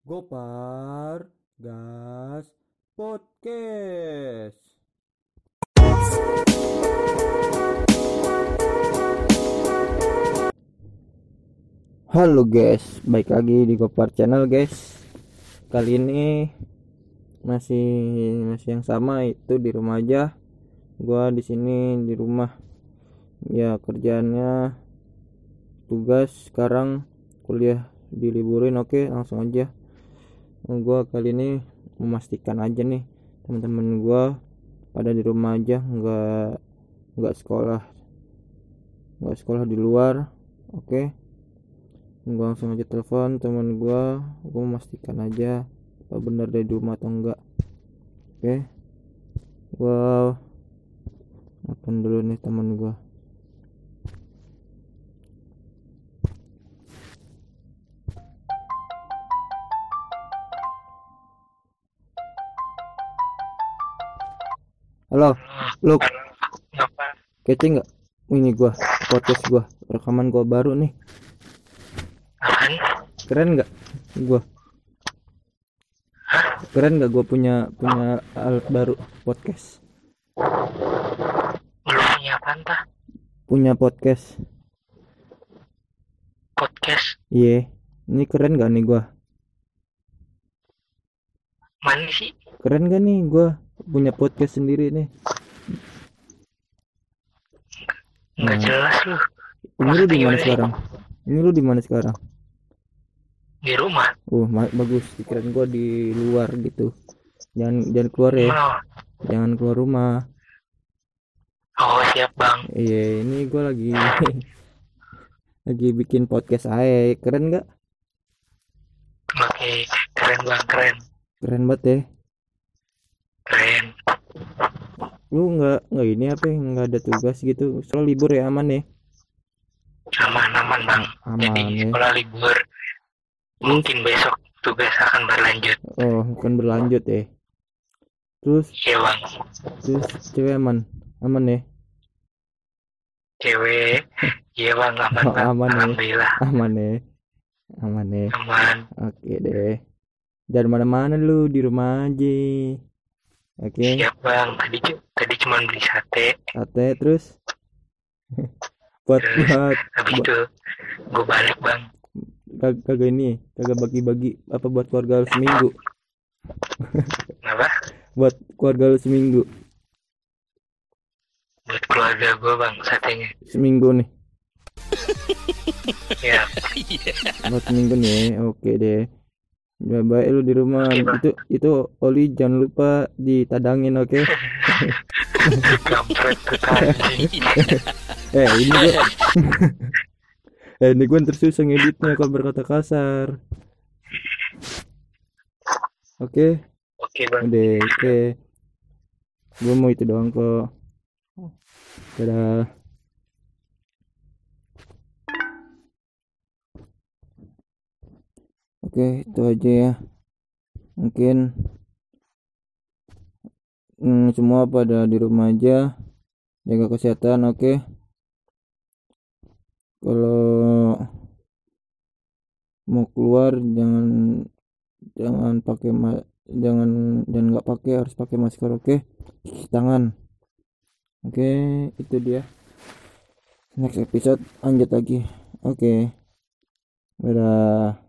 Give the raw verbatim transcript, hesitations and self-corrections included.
Gopar Gas Podcast. Halo guys, baik lagi di Gopar Channel guys. Kali ini masih masih yang sama, itu di rumah aja. Gua di sini di rumah. Ya kerjaannya tugas, sekarang kuliah diliburin. Oke, langsung aja. Gua kali ini memastikan aja nih teman-teman gua pada di rumah aja, nggak nggak sekolah nggak sekolah di luar. Oke, gua langsung aja telepon teman gua gua memastikan aja apa benar dia di rumah atau enggak. Oke, gua telepon dulu nih teman gua. Halo, lu Apa? kece nggak? Ini gua podcast gua, rekaman gua baru nih. Apaan? Keren nggak? Gua Hah? keren nggak? Gua punya punya alat baru podcast. Lu punya apaan, Pak? Punya podcast. Podcast? Iya, ini keren nggak nih gua? Mana sih? Keren gak nih gua punya podcast sendiri nih? Nggak Nah, jelas lu. ini lu Maksudnya di mana gimana sih? sekarang? Ini lu di mana sekarang? Di rumah? Uh, ma- bagus. Pikiran gua di luar gitu. Jangan jangan keluar ya. Mau? Jangan keluar rumah. Oh, siap, Bang. Iya, ini gua lagi lagi bikin podcast aja. Keren nggak? Oke, keren, Bang. Keren. Keren banget ya. Keren. Lu nggak nggak ini apa ya? Nggak ada tugas gitu? Soal libur ya, aman ya? Aman, aman, Bang. Aman Jadi ya. sekolah libur. Terus, Mungkin besok tugas akan berlanjut. oh, bukan berlanjut ya. Terus, Iya, Bang. terus cewek aman, aman ya? Cewek. Iya, Bang. Aman, Oh, Bang. aman ya, Alhamdulillah. aman ya, aman ya. Aman. Oke deh. Jangan mana-mana lu, di rumah aja. Oke, Siap, Bang. Tadi cu- tadi cuma beli sate. sate terus buat Terus buat habis buat itu gue balik, Bang. kag- kagak ini, kagak bagi-bagi apa buat keluarga lu seminggu, Kenapa? buat keluarga lu seminggu, Buat keluarga gue, Bang, satenya. seminggu nih, Ya, buat seminggu nih. Oke deh. Ya, baik lu di rumah. oke, Bang. Itu itu oli jangan lupa ditadangin, oke? Kampret tuh anjing. Eh ini gua eh ini gua tersusah ngeditnya kalau berkata kasar. Oke, Oke, Bang. udah oke. Gua mau itu doang kok. Dadah. Oke, itu aja ya. Mungkin hmm, semua pada di rumah aja, jaga kesehatan, oke? Kalau mau keluar jangan jangan pakai ma- jangan jangan nggak pakai, harus pakai masker, oke? Cuci tangan, oke? Itu dia. Next episode lanjut lagi, oke? Dadah.